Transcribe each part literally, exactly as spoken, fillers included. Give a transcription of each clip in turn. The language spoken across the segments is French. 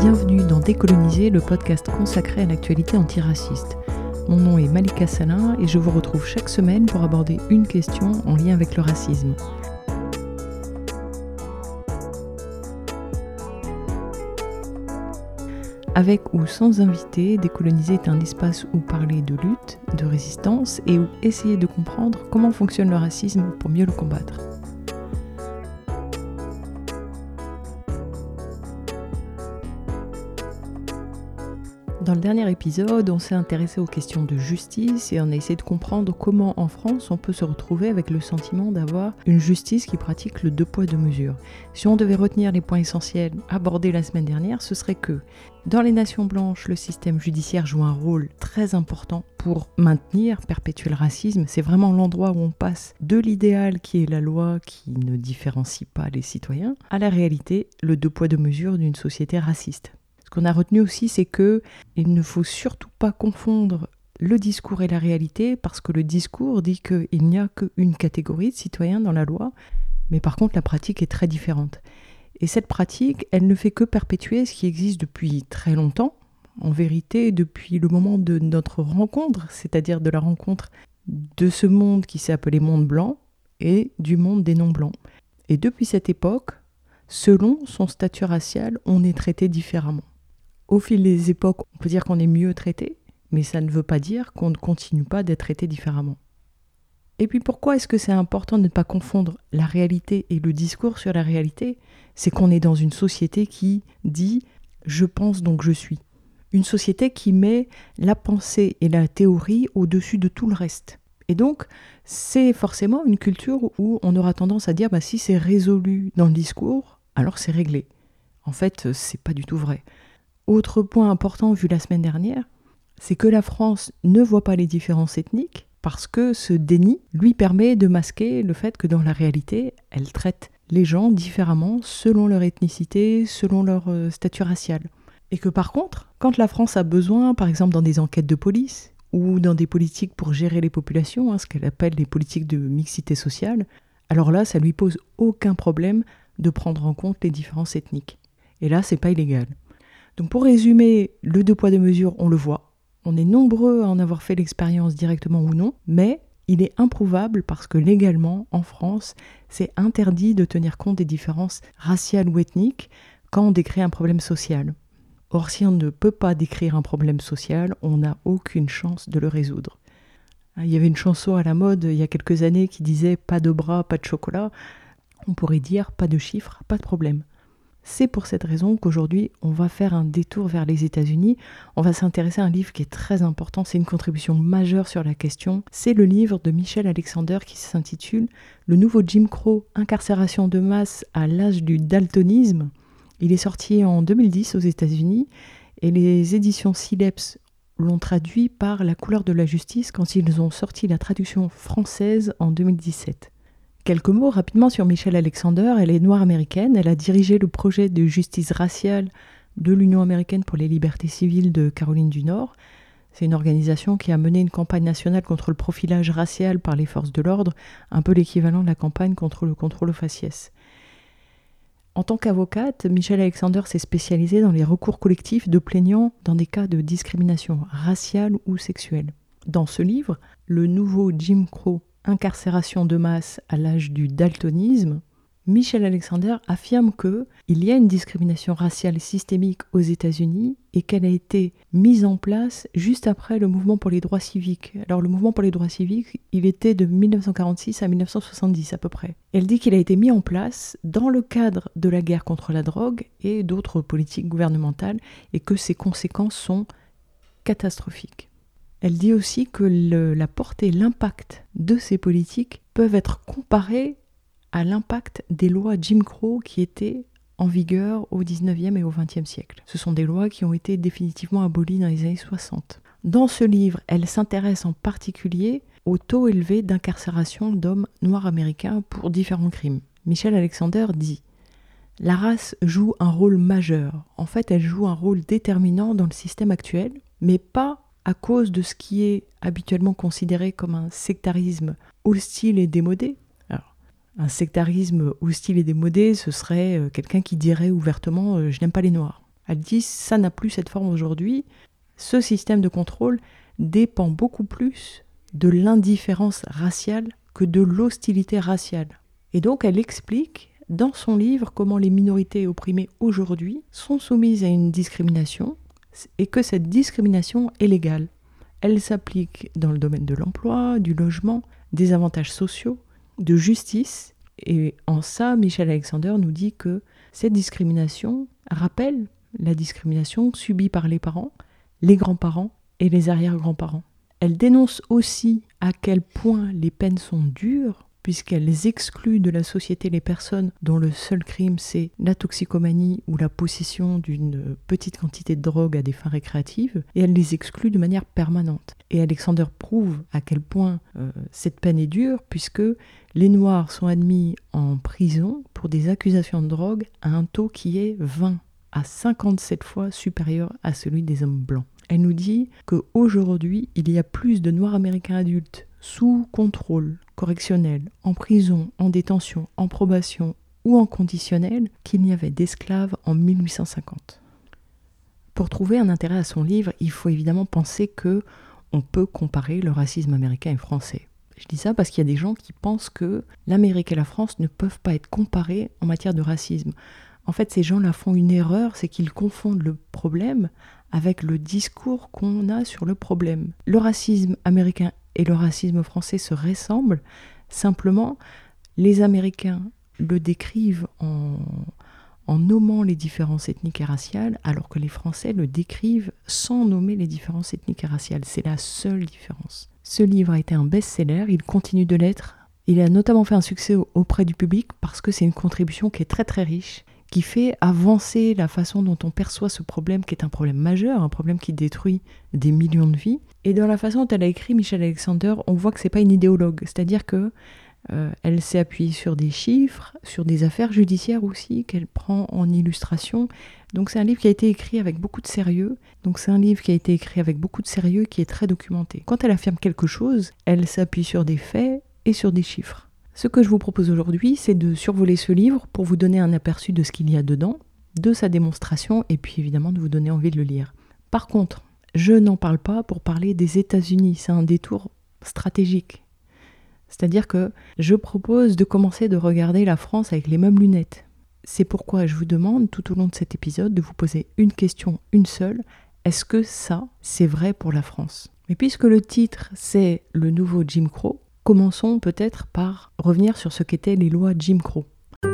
Bienvenue dans Décoloniser, le podcast consacré à l'actualité antiraciste. Mon nom est Malika Salin et je vous retrouve chaque semaine pour aborder une question en lien avec le racisme. Avec ou sans invité, Décoloniser est un espace où parler de lutte, de résistance et où essayer de comprendre comment fonctionne le racisme pour mieux le combattre. Dans le dernier épisode, on s'est intéressé aux questions de justice et on a essayé de comprendre comment en France on peut se retrouver avec le sentiment d'avoir une justice qui pratique le deux poids deux mesures. Si on devait retenir les points essentiels abordés la semaine dernière, ce serait que dans les nations blanches, le système judiciaire joue un rôle très important pour maintenir, perpétuer le racisme. C'est vraiment l'endroit où on passe de l'idéal qui est la loi qui ne différencie pas les citoyens à la réalité, le deux poids deux mesures d'une société raciste. Ce qu'on a retenu aussi, c'est que il ne faut surtout pas confondre le discours et la réalité, parce que le discours dit qu'il n'y a qu'une catégorie de citoyens dans la loi, mais par contre la pratique est très différente. Et cette pratique, elle ne fait que perpétuer ce qui existe depuis très longtemps, en vérité depuis le moment de notre rencontre, c'est-à-dire de la rencontre de ce monde qui s'est appelé monde blanc et du monde des non-blancs. Et depuis cette époque, selon son statut racial, on est traité différemment. Au fil des époques, on peut dire qu'on est mieux traité, mais ça ne veut pas dire qu'on ne continue pas d'être traité différemment. Et puis pourquoi est-ce que c'est important de ne pas confondre la réalité et le discours sur la réalité ? C'est qu'on est dans une société qui dit « je pense donc je suis ». Une société qui met la pensée et la théorie au-dessus de tout le reste. Et donc, c'est forcément une culture où on aura tendance à dire bah, « si c'est résolu dans le discours, alors c'est réglé ». En fait, c'est pas du tout vrai. Autre point important vu la semaine dernière, c'est que la France ne voit pas les différences ethniques parce que ce déni lui permet de masquer le fait que dans la réalité, elle traite les gens différemment selon leur ethnicité, selon leur euh, statut racial. Et que par contre, quand la France a besoin, par exemple dans des enquêtes de police ou dans des politiques pour gérer les populations, hein, ce qu'elle appelle les politiques de mixité sociale, alors là, ça lui pose aucun problème de prendre en compte les différences ethniques. Et là, c'est pas illégal. Donc pour résumer, le deux poids deux mesures, on le voit. On est nombreux à en avoir fait l'expérience directement ou non, mais il est improuvable parce que légalement, en France, c'est interdit de tenir compte des différences raciales ou ethniques quand on décrit un problème social. Or, si on ne peut pas décrire un problème social, on n'a aucune chance de le résoudre. Il y avait une chanson à la mode il y a quelques années qui disait « pas de bras, pas de chocolat ». On pourrait dire « pas de chiffres, pas de problème ». C'est pour cette raison qu'aujourd'hui, on va faire un détour vers les États-Unis. On va s'intéresser à un livre qui est très important, c'est une contribution majeure sur la question. C'est le livre de Michel Alexander qui s'intitule « Le nouveau Jim Crow, incarcération de masse à l'âge du daltonisme ». Il est sorti en deux mille dix aux États-Unis et les éditions Sileps l'ont traduit par La couleur de la justice quand ils ont sorti la traduction française en deux mille dix-sept. Quelques mots rapidement sur Michelle Alexander. Elle est noire américaine. Elle a dirigé le projet de justice raciale de l'Union américaine pour les libertés civiles de Caroline du Nord. C'est une organisation qui a mené une campagne nationale contre le profilage racial par les forces de l'ordre, un peu l'équivalent de la campagne contre le contrôle au faciès. En tant qu'avocate, Michelle Alexander s'est spécialisée dans les recours collectifs de plaignants dans des cas de discrimination raciale ou sexuelle. Dans ce livre, Le nouveau Jim Crow, incarcération de masse à l'âge du daltonisme, Michel Alexander affirme qu'il y a une discrimination raciale systémique aux États-Unis et qu'elle a été mise en place juste après le mouvement pour les droits civiques. Alors le mouvement pour les droits civiques, il était de dix-neuf cent quarante-six à dix-neuf cent soixante-dix à peu près. Elle dit qu'il a été mis en place dans le cadre de la guerre contre la drogue et d'autres politiques gouvernementales et que ses conséquences sont catastrophiques. Elle dit aussi que le, la portée, l'impact de ces politiques peuvent être comparés à l'impact des lois Jim Crow qui étaient en vigueur au dix-neuvième et au vingtième siècle. Ce sont des lois qui ont été définitivement abolies dans les années soixante. Dans ce livre, elle s'intéresse en particulier au taux élevé d'incarcération d'hommes noirs américains pour différents crimes. Michel Alexander dit « La race joue un rôle majeur. En fait, elle joue un rôle déterminant dans le système actuel, mais pas à cause de ce qui est habituellement considéré comme un sectarisme hostile et démodé. Alors, un sectarisme hostile et démodé, ce serait quelqu'un qui dirait ouvertement euh, « je n'aime pas les noirs ». Elle dit ça n'a plus cette forme aujourd'hui. Ce système de contrôle dépend beaucoup plus de l'indifférence raciale que de l'hostilité raciale. Et donc elle explique dans son livre comment les minorités opprimées aujourd'hui sont soumises à une discrimination et que cette discrimination est légale. Elle s'applique dans le domaine de l'emploi, du logement, des avantages sociaux, de justice. Et en ça, Michel Alexander nous dit que cette discrimination rappelle la discrimination subie par les parents, les grands-parents et les arrière-grands-parents. Elle dénonce aussi à quel point les peines sont dures, puisqu'elles excluent de la société les personnes dont le seul crime c'est la toxicomanie ou la possession d'une petite quantité de drogue à des fins récréatives, et elle les exclut de manière permanente. Et Alexander prouve à quel point euh, cette peine est dure, puisque les Noirs sont admis en prison pour des accusations de drogue à un taux qui est vingt à cinquante-sept fois supérieur à celui des hommes blancs. Elle nous dit qu'aujourd'hui, il y a plus de Noirs américains adultes sous contrôle correctionnel, en prison, en détention, en probation ou en conditionnel qu'il n'y avait d'esclaves en mille huit cent cinquante. Pour trouver un intérêt à son livre, il faut évidemment penser qu'on peut comparer le racisme américain et français. Je dis ça parce qu'il y a des gens qui pensent que l'Amérique et la France ne peuvent pas être comparés en matière de racisme. En fait, ces gens-là font une erreur, c'est qu'ils confondent le problème avec le discours qu'on a sur le problème. Le racisme américain et le racisme français se ressemblent, simplement les Américains le décrivent en, en nommant les différences ethniques et raciales, alors que les Français le décrivent sans nommer les différences ethniques et raciales. C'est la seule différence. Ce livre a été un best-seller, il continue de l'être. Il a notamment fait un succès auprès du public parce que c'est une contribution qui est très très riche, qui fait avancer la façon dont on perçoit ce problème qui est un problème majeur, un problème qui détruit des millions de vies. Et dans la façon dont elle a écrit Michel Alexander, on voit que c'est pas une idéologue, c'est-à-dire que euh, elle s'est appuyée sur des chiffres, sur des affaires judiciaires aussi qu'elle prend en illustration. Donc c'est un livre qui a été écrit avec beaucoup de sérieux. Donc c'est un livre qui a été écrit avec beaucoup de sérieux, qui est très documenté. Quand elle affirme quelque chose, elle s'appuie sur des faits et sur des chiffres. Ce que je vous propose aujourd'hui, c'est de survoler ce livre pour vous donner un aperçu de ce qu'il y a dedans, de sa démonstration, et puis évidemment de vous donner envie de le lire. Par contre, je n'en parle pas pour parler des États-Unis, c'est un détour stratégique. C'est-à-dire que je propose de commencer de regarder la France avec les mêmes lunettes. C'est pourquoi je vous demande tout au long de cet épisode de vous poser une question, une seule. Est-ce que ça, c'est vrai pour la France ? Mais puisque le titre, c'est le nouveau Jim Crow, commençons peut-être par revenir sur ce qu'étaient les lois Jim Crow.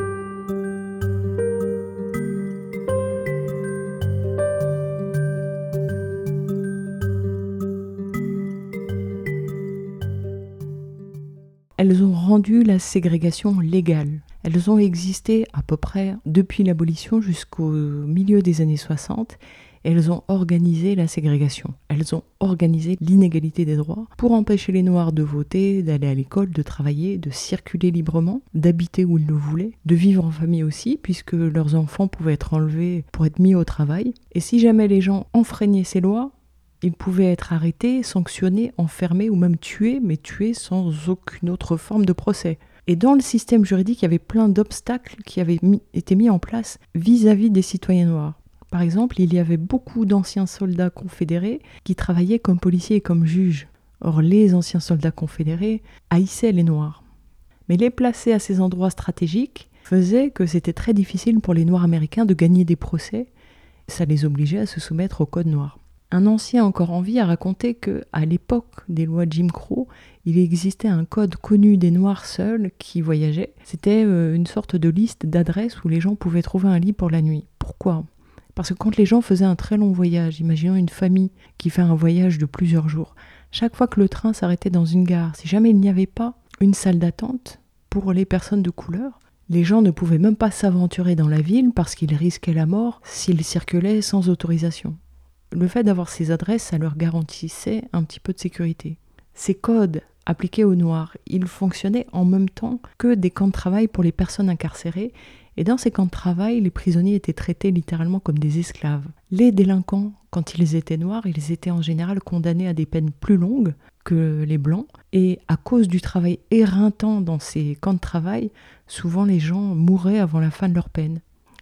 Elles ont rendu la ségrégation légale. Elles ont existé à peu près depuis l'abolition jusqu'au milieu des années soixante. Elles ont organisé la ségrégation. Elles ont organisé l'inégalité des droits pour empêcher les Noirs de voter, d'aller à l'école, de travailler, de circuler librement, d'habiter où ils le voulaient, de vivre en famille aussi, puisque leurs enfants pouvaient être enlevés pour être mis au travail. Et si jamais les gens enfreignaient ces lois, ils pouvaient être arrêtés, sanctionnés, enfermés ou même tués, mais tués sans aucune autre forme de procès. Et dans le système juridique, il y avait plein d'obstacles qui avaient mis, été mis en place vis-à-vis des citoyens noirs. Par exemple, il y avait beaucoup d'anciens soldats confédérés qui travaillaient comme policiers et comme juges. Or, les anciens soldats confédérés haïssaient les Noirs. Mais les placer à ces endroits stratégiques faisait que c'était très difficile pour les Noirs américains de gagner des procès. Ça les obligeait à se soumettre au code noir. Un ancien encore en vie a raconté qu'à l'époque des lois Jim Crow, il existait un code connu des Noirs seuls qui voyageaient. C'était une sorte de liste d'adresses où les gens pouvaient trouver un lit pour la nuit. Pourquoi ? Parce que quand les gens faisaient un très long voyage, imaginons une famille qui fait un voyage de plusieurs jours, chaque fois que le train s'arrêtait dans une gare, si jamais il n'y avait pas une salle d'attente pour les personnes de couleur, les gens ne pouvaient même pas s'aventurer dans la ville parce qu'ils risquaient la mort s'ils circulaient sans autorisation. Le fait d'avoir ces adresses, ça leur garantissait un petit peu de sécurité. Ces codes appliqués aux Noirs, ils fonctionnaient en même temps que des camps de travail pour les personnes incarcérées. Et dans ces camps de travail, les prisonniers étaient traités littéralement comme des esclaves. Les délinquants, quand ils étaient noirs, ils étaient en général condamnés à des peines plus longues que les blancs. Et à cause du travail éreintant dans ces camps de travail, souvent les gens mouraient avant la fin de leur peine.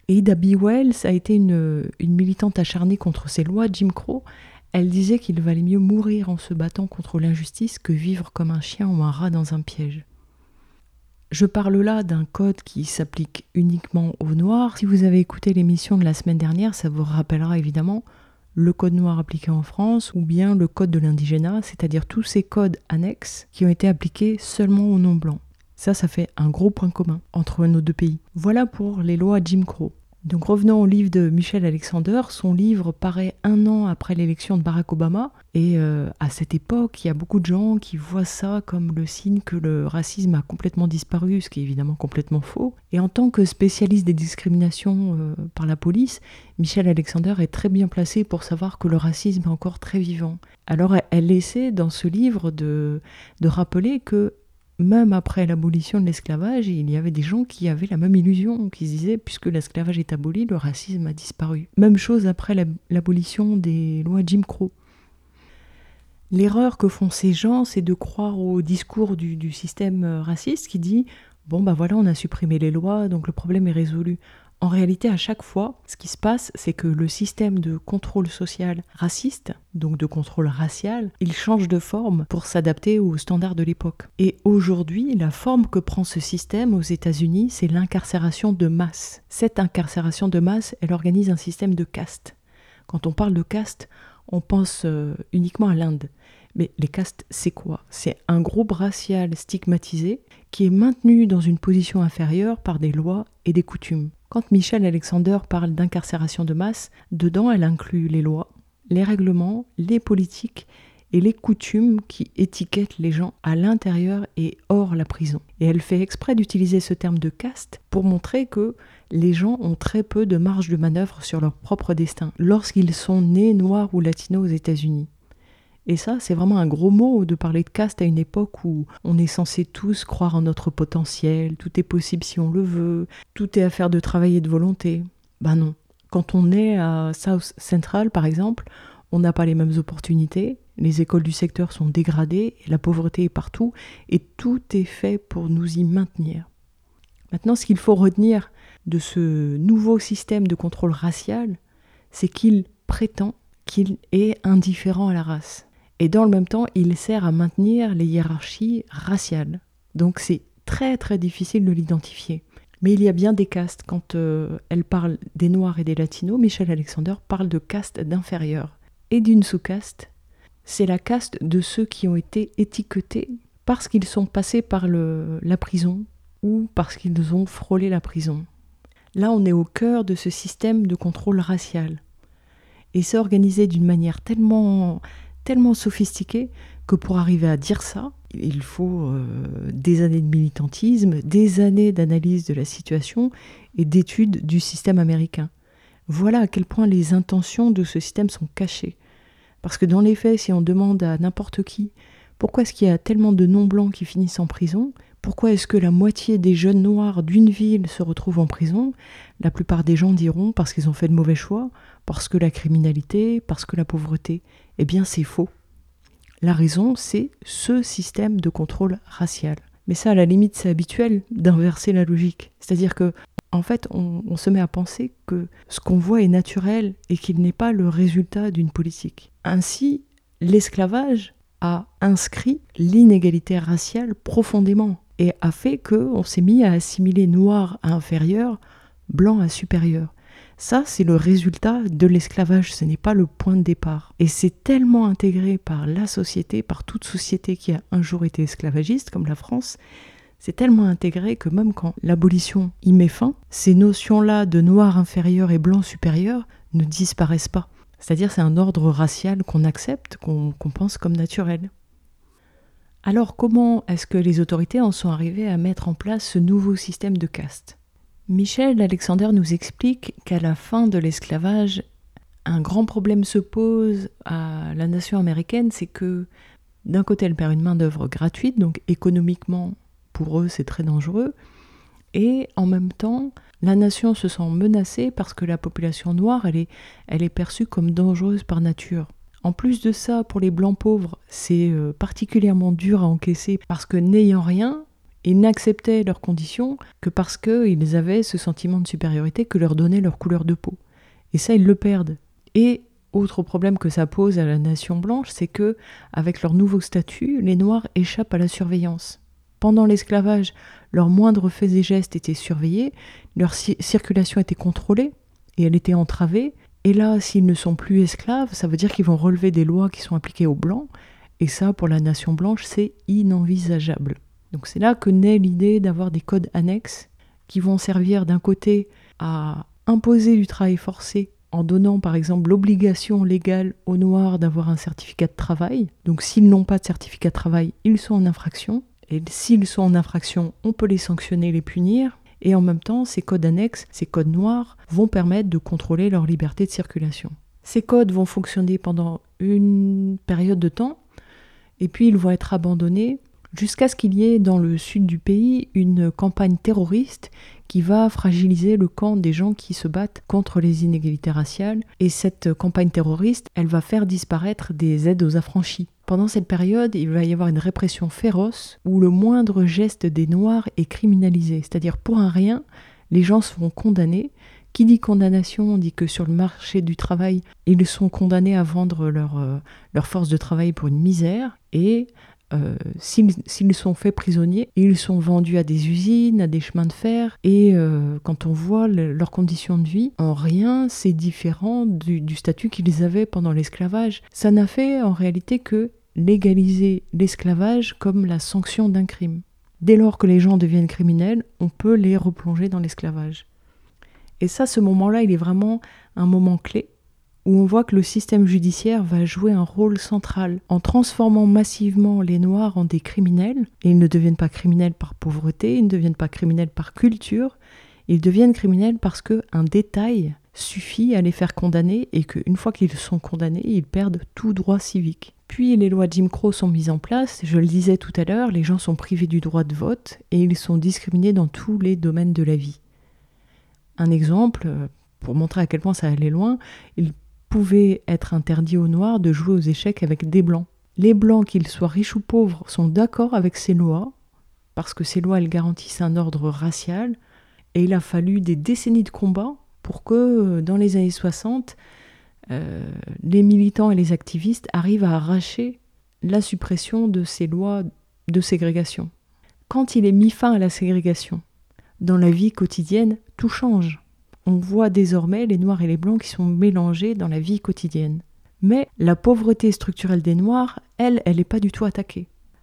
Ada B. Wells a été une, une militante acharnée contre ces lois Jim Crow. Elle disait qu'il valait mieux mourir en se battant contre l'injustice que vivre comme un chien ou un rat dans un piège. Je parle là d'un code qui s'applique uniquement aux Noirs. Si vous avez écouté l'émission de la semaine dernière, ça vous rappellera évidemment le code noir appliqué en France ou bien le code de l'indigénat, c'est-à-dire tous ces codes annexes qui ont été appliqués seulement aux non-blancs. Ça, ça fait un gros point commun entre nos deux pays. Voilà pour les lois Jim Crow. Donc revenons au livre de Michel Alexander. Son livre paraît un an après l'élection de Barack Obama. Et euh, à cette époque, il y a beaucoup de gens qui voient ça comme le signe que le racisme a complètement disparu, ce qui est évidemment complètement faux. Et en tant que spécialiste des discriminations euh, par la police, Michel Alexander est très bien placé pour savoir que le racisme est encore très vivant. Alors elle essaie dans ce livre de, de rappeler que même après l'abolition de l'esclavage, il y avait des gens qui avaient la même illusion, qui se disaient, puisque l'esclavage est aboli, le racisme a disparu. Même chose après l'abolition des lois Jim Crow. L'erreur que font ces gens, c'est de croire au discours du, du système raciste qui dit « bon ben voilà, on a supprimé les lois, donc le problème est résolu ». En réalité, à chaque fois, ce qui se passe, c'est que le système de contrôle social raciste, donc de contrôle racial, il change de forme pour s'adapter aux standards de l'époque. Et aujourd'hui, la forme que prend ce système aux États-Unis, c'est l'incarcération de masse. Cette incarcération de masse, elle organise un système de caste. Quand on parle de caste, on pense euh, uniquement à l'Inde. Mais les castes, c'est quoi ? C'est un groupe racial stigmatisé qui est maintenu dans une position inférieure par des lois et des coutumes. Quand Michel Alexander parle d'incarcération de masse, dedans elle inclut les lois, les règlements, les politiques et les coutumes qui étiquettent les gens à l'intérieur et hors la prison. Et elle fait exprès d'utiliser ce terme de caste pour montrer que les gens ont très peu de marge de manœuvre sur leur propre destin lorsqu'ils sont nés noirs ou latinos aux États-Unis. Et ça, c'est vraiment un gros mot de parler de caste à une époque où on est censé tous croire en notre potentiel, tout est possible si on le veut, tout est affaire de travail et de volonté. Ben non. Quand on est à South Central, par exemple, on n'a pas les mêmes opportunités, les écoles du secteur sont dégradées, la pauvreté est partout, et tout est fait pour nous y maintenir. Maintenant, ce qu'il faut retenir de ce nouveau système de contrôle racial, c'est qu'il prétend qu'il est indifférent à la race. Et dans le même temps, il sert à maintenir les hiérarchies raciales. Donc c'est très très difficile de l'identifier. Mais il y a bien des castes. Quand euh, elle parle des Noirs et des Latinos, Michel Alexander parle de caste d'inférieurs. Et d'une sous-caste, c'est la caste de ceux qui ont été étiquetés parce qu'ils sont passés par le, la prison ou parce qu'ils ont frôlé la prison. Là, on est au cœur de ce système de contrôle racial. Et c'est organisé d'une manière tellement... tellement sophistiqué que pour arriver à dire ça, il faut euh, des années de militantisme, des années d'analyse de la situation et d'études du système américain. Voilà à quel point les intentions de ce système sont cachées. Parce que dans les faits, si on demande à n'importe qui pourquoi est-ce qu'il y a tellement de non-blancs qui finissent en prison, pourquoi est-ce que la moitié des jeunes noirs d'une ville se retrouvent en prison, la plupart des gens diront parce qu'ils ont fait de mauvais choix, parce que la criminalité, parce que la pauvreté. Eh bien, c'est faux. La raison, c'est ce système de contrôle racial. Mais ça, à la limite, c'est habituel d'inverser la logique. C'est-à-dire que, en fait, on, on se met à penser que ce qu'on voit est naturel et qu'il n'est pas le résultat d'une politique. Ainsi, l'esclavage a inscrit l'inégalité raciale profondément et a fait qu'on s'est mis à assimiler noir à inférieur, blanc à supérieur. Ça, c'est le résultat de l'esclavage, ce n'est pas le point de départ. Et c'est tellement intégré par la société, par toute société qui a un jour été esclavagiste, comme la France, c'est tellement intégré que même quand l'abolition y met fin, ces notions-là de noir inférieur et blanc supérieur ne disparaissent pas. C'est-à-dire c'est un ordre racial qu'on accepte, qu'on, qu'on pense comme naturel. Alors comment est-ce que les autorités en sont arrivées à mettre en place ce nouveau système de caste ? Michel Alexander nous explique qu'à la fin de l'esclavage, un grand problème se pose à la nation américaine, c'est que d'un côté elle perd une main-d'œuvre gratuite, donc économiquement pour eux c'est très dangereux, et en même temps la nation se sent menacée parce que la population noire elle est, elle est perçue comme dangereuse par nature. En plus de ça, pour les blancs pauvres, c'est particulièrement dur à encaisser parce que n'ayant rien, Ils n'acceptaient leurs conditions que parce qu'ils avaient ce sentiment de supériorité que leur donnait leur couleur de peau. Et ça, ils le perdent. Et autre problème que ça pose à la nation blanche, c'est que, avec leur nouveau statut, les Noirs échappent à la surveillance. Pendant l'esclavage, leurs moindres faits et gestes étaient surveillés, leur ci- circulation était contrôlée et elle était entravée. Et là, s'ils ne sont plus esclaves, ça veut dire qu'ils vont relever des lois qui sont appliquées aux Blancs. Et ça, pour la nation blanche, c'est inenvisageable. Donc c'est là que naît l'idée d'avoir des codes annexes qui vont servir d'un côté à imposer du travail forcé en donnant par exemple l'obligation légale aux Noirs d'avoir un certificat de travail. Donc s'ils n'ont pas de certificat de travail, ils sont en infraction. Et s'ils sont en infraction, on peut les sanctionner, les punir. Et en même temps, ces codes annexes, ces codes noirs, vont permettre de contrôler leur liberté de circulation. Ces codes vont fonctionner pendant une période de temps, et puis ils vont être abandonnés jusqu'à ce qu'il y ait dans le sud du pays une campagne terroriste qui va fragiliser le camp des gens qui se battent contre les inégalités raciales. Et cette campagne terroriste, elle va faire disparaître des aides aux affranchis. Pendant cette période, il va y avoir une répression féroce où le moindre geste des Noirs est criminalisé. C'est-à-dire pour un rien, les gens seront condamnés. Qui dit condamnation, on dit que sur le marché du travail, ils sont condamnés à vendre leur, euh, leur force de travail pour une misère. Et euh, s'ils, s'ils sont faits prisonniers, ils sont vendus à des usines, à des chemins de fer. Et euh, quand on voit le, leurs conditions de vie, en rien c'est différent du, du statut qu'ils avaient pendant l'esclavage. Ça n'a fait en réalité que légaliser l'esclavage comme la sanction d'un crime. Dès lors que les gens deviennent criminels, on peut les replonger dans l'esclavage. Et ça, ce moment-là, il est vraiment un moment clé où on voit que le système judiciaire va jouer un rôle central en transformant massivement les Noirs en des criminels. Et ils ne deviennent pas criminels par pauvreté, ils ne deviennent pas criminels par culture, ils deviennent criminels parce qu'un détail suffit à les faire condamner et qu'une fois qu'ils sont condamnés, ils perdent tout droit civique. Puis les lois Jim Crow sont mises en place, je le disais tout à l'heure, les gens sont privés du droit de vote et ils sont discriminés dans tous les domaines de la vie. Un exemple, pour montrer à quel point ça allait loin, il pouvait être interdit aux Noirs de jouer aux échecs avec des Blancs. Les Blancs, qu'ils soient riches ou pauvres, sont d'accord avec ces lois, parce que ces lois, elles garantissent un ordre racial, et il a fallu des décennies de combats pour que, dans les années soixante, euh, les militants et les activistes arrivent à arracher la suppression de ces lois de ségrégation. Quand il est mis fin à la ségrégation, dans la vie quotidienne, tout change. On voit désormais les Noirs et les Blancs qui sont mélangés dans la vie quotidienne. Mais la pauvreté structurelle des Noirs, elle, elle n'est pas du tout attaquée.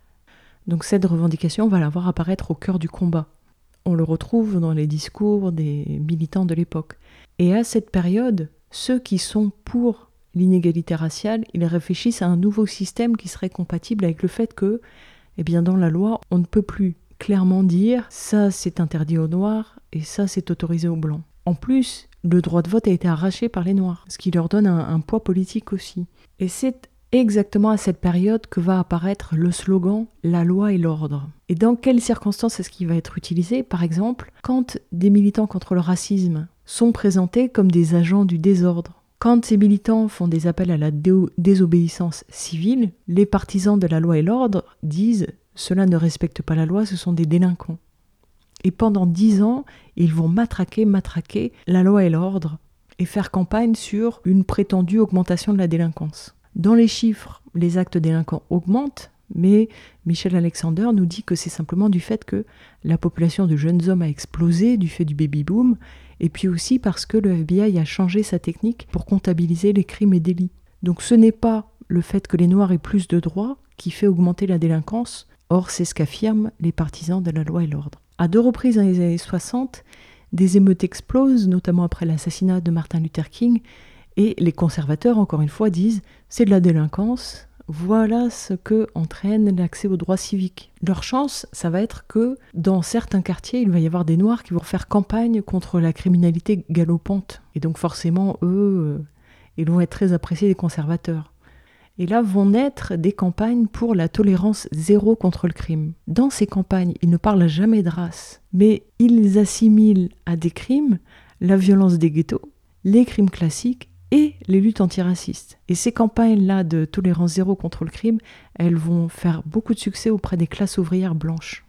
Donc cette revendication va la voir apparaître au cœur du combat. On le retrouve dans les discours des militants de l'époque. Et à cette période, ceux qui sont pour l'inégalité raciale, ils réfléchissent à un nouveau système qui serait compatible avec le fait que, eh bien, dans la loi, on ne peut plus clairement dire « ça c'est interdit aux Noirs et ça c'est autorisé aux Blancs ». En plus, le droit de vote a été arraché par les Noirs, ce qui leur donne un, un poids politique aussi. Et c'est exactement à cette période que va apparaître le slogan « la loi et l'ordre ». Et dans quelles circonstances est-ce qu'il va être utilisé ? Par exemple, quand des militants contre le racisme sont présentés comme des agents du désordre. Quand ces militants font des appels à la dé- désobéissance civile, les partisans de la loi et l'ordre disent « cela ne respecte pas la loi, ce sont des délinquants ». Et pendant dix ans, ils vont matraquer, matraquer la loi et l'ordre et faire campagne sur une prétendue augmentation de la délinquance. Dans les chiffres, les actes délinquants augmentent, mais Michel Alexander nous dit que c'est simplement du fait que la population de jeunes hommes a explosé du fait du baby-boom, et puis aussi parce que le F B I a changé sa technique pour comptabiliser les crimes et délits. Donc ce n'est pas le fait que les Noirs aient plus de droits qui fait augmenter la délinquance, or c'est ce qu'affirment les partisans de la loi et l'ordre. À deux reprises dans les années soixante, des émeutes explosent, notamment après l'assassinat de Martin Luther King, et les conservateurs, encore une fois, disent « c'est de la délinquance, voilà ce que entraîne l'accès aux droits civiques ». Leur chance, ça va être que dans certains quartiers, il va y avoir des Noirs qui vont faire campagne contre la criminalité galopante. Et donc forcément, eux, ils vont être très appréciés des conservateurs. Et là vont naître des campagnes pour la tolérance zéro contre le crime. Dans ces campagnes, ils ne parlent jamais de race, mais ils assimilent à des crimes la violence des ghettos, les crimes classiques et les luttes antiracistes. Et ces campagnes-là de tolérance zéro contre le crime, elles vont faire beaucoup de succès auprès des classes ouvrières blanches.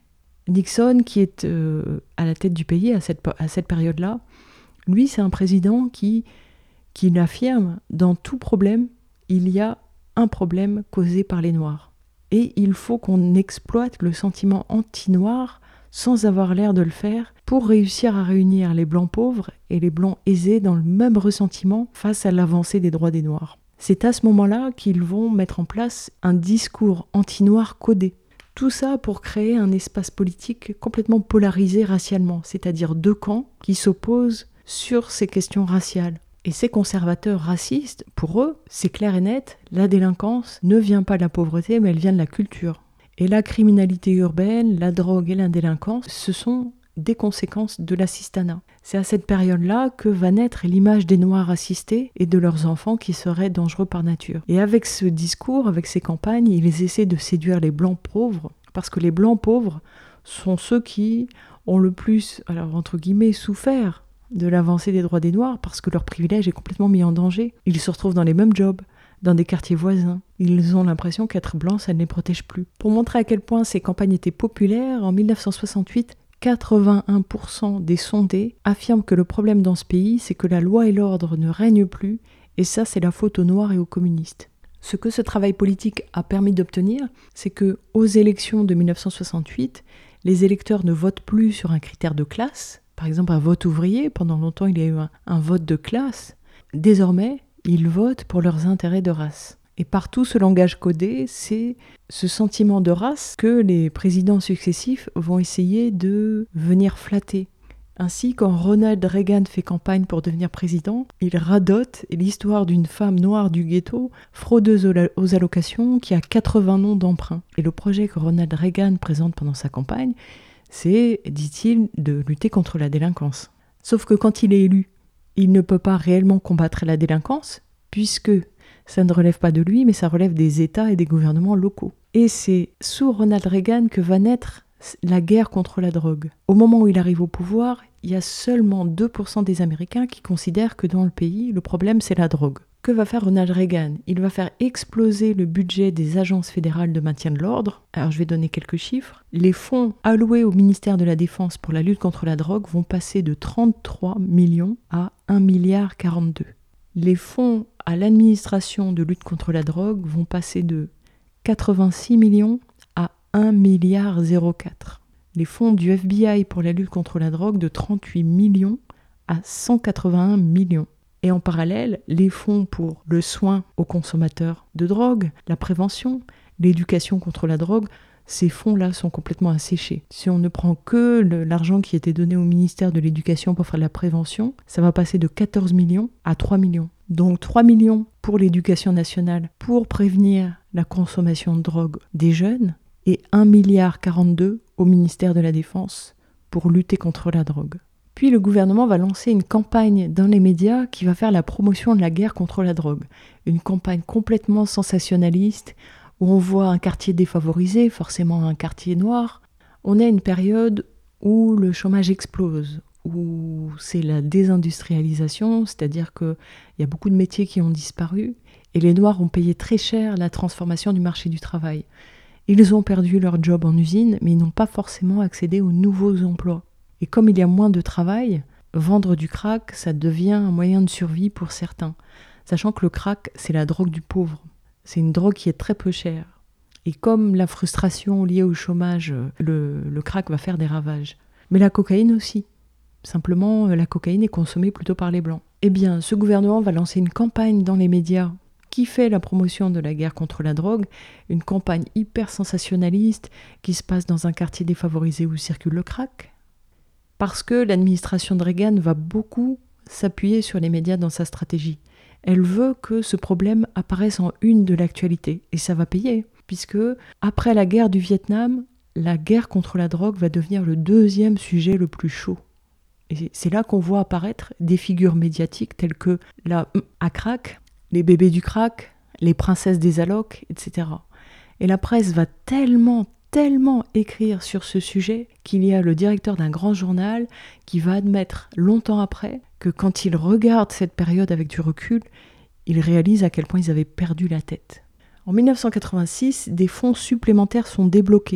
Nixon, qui est euh, à la tête du pays à cette, à cette période-là, lui, c'est un président qui, qui l'affirme, dans tout problème, il y a un problème causé par les Noirs. Et il faut qu'on exploite le sentiment anti-noir sans avoir l'air de le faire pour réussir à réunir les Blancs pauvres et les Blancs aisés dans le même ressentiment face à l'avancée des droits des Noirs. C'est à ce moment-là qu'ils vont mettre en place un discours anti-noir codé. Tout ça pour créer un espace politique complètement polarisé racialement, c'est-à-dire deux camps qui s'opposent sur ces questions raciales. Et ces conservateurs racistes, pour eux, c'est clair et net, la délinquance ne vient pas de la pauvreté, mais elle vient de la culture. Et la criminalité urbaine, la drogue et la délinquance, ce sont des conséquences de l'assistanat. C'est à cette période-là que va naître l'image des Noirs assistés et de leurs enfants qui seraient dangereux par nature. Et avec ce discours, avec ces campagnes, ils essaient de séduire les Blancs pauvres, parce que les Blancs pauvres sont ceux qui ont le plus, alors entre guillemets, souffert de l'avancée des droits des Noirs, parce que leur privilège est complètement mis en danger. Ils se retrouvent dans les mêmes jobs, dans des quartiers voisins. Ils ont l'impression qu'être blanc, ça ne les protège plus. Pour montrer à quel point ces campagnes étaient populaires, en mille neuf cent soixante-huit, quatre-vingt-un pour cent des sondés affirment que le problème dans ce pays, c'est que la loi et l'ordre ne règnent plus, et ça, c'est la faute aux Noirs et aux communistes. Ce que ce travail politique a permis d'obtenir, c'est que aux élections de mille neuf cent soixante-huit, les électeurs ne votent plus sur un critère de classe. Par exemple, un vote ouvrier, pendant longtemps, il y a eu un, un vote de classe. Désormais, ils votent pour leurs intérêts de race. Et partout, ce langage codé, c'est ce sentiment de race que les présidents successifs vont essayer de venir flatter. Ainsi, quand Ronald Reagan fait campagne pour devenir président, il radote l'histoire d'une femme noire du ghetto, fraudeuse aux allocations, qui a quatre-vingts noms d'emprunt. Et le projet que Ronald Reagan présente pendant sa campagne, c'est, dit-il, de lutter contre la délinquance. Sauf que quand il est élu, il ne peut pas réellement combattre la délinquance, puisque ça ne relève pas de lui, mais ça relève des États et des gouvernements locaux. Et c'est sous Ronald Reagan que va naître la guerre contre la drogue. Au moment où il arrive au pouvoir, il y a seulement deux pour cent des Américains qui considèrent que dans le pays, le problème c'est la drogue. Que va faire Ronald Reagan ? Il va faire exploser le budget des agences fédérales de maintien de l'ordre. Alors je vais donner quelques chiffres. Les fonds alloués au ministère de la Défense pour la lutte contre la drogue vont passer de trente-trois millions à un virgule quarante-deux milliard. Les fonds à l'administration de lutte contre la drogue vont passer de quatre-vingt-six millions à un virgule zéro quatre milliard. Les fonds du F B I pour la lutte contre la drogue de trente-huit millions à cent quatre-vingt-un millions. Et en parallèle, les fonds pour le soin aux consommateurs de drogue, la prévention, l'éducation contre la drogue, ces fonds-là sont complètement asséchés. Si on ne prend que le, l'argent qui était donné au ministère de l'Éducation pour faire la prévention, ça va passer de quatorze millions à trois millions. Donc trois millions pour l'éducation nationale pour prévenir la consommation de drogue des jeunes et un virgule quarante-deux milliard au ministère de la Défense pour lutter contre la drogue. Puis le gouvernement va lancer une campagne dans les médias qui va faire la promotion de la guerre contre la drogue. Une campagne complètement sensationnaliste où on voit un quartier défavorisé, forcément un quartier noir. On a une période où le chômage explose, où c'est la désindustrialisation, c'est-à-dire qu'il y a beaucoup de métiers qui ont disparu et les Noirs ont payé très cher la transformation du marché du travail. Ils ont perdu leur job en usine, mais ils n'ont pas forcément accédé aux nouveaux emplois. Et comme il y a moins de travail, vendre du crack, ça devient un moyen de survie pour certains. Sachant que le crack, c'est la drogue du pauvre. C'est une drogue qui est très peu chère. Et comme la frustration liée au chômage, le, le crack va faire des ravages. Mais la cocaïne aussi. Simplement, la cocaïne est consommée plutôt par les Blancs. Eh bien, ce gouvernement va lancer une campagne dans les médias qui fait la promotion de la guerre contre la drogue, une campagne hyper sensationnaliste qui se passe dans un quartier défavorisé où circule le crack. Parce que l'administration de Reagan va beaucoup s'appuyer sur les médias dans sa stratégie. Elle veut que ce problème apparaisse en une de l'actualité. Et ça va payer, puisque après la guerre du Vietnam, la guerre contre la drogue va devenir le deuxième sujet le plus chaud. Et c'est là qu'on voit apparaître des figures médiatiques telles que la à crack, les bébés du crack, les princesses des allocs, et cetera. Et la presse va tellement, tellement écrire sur ce sujet qu'il y a le directeur d'un grand journal qui va admettre longtemps après que quand il regarde cette période avec du recul, il réalise à quel point ils avaient perdu la tête. En dix-neuf cent quatre-vingt-six, des fonds supplémentaires sont débloqués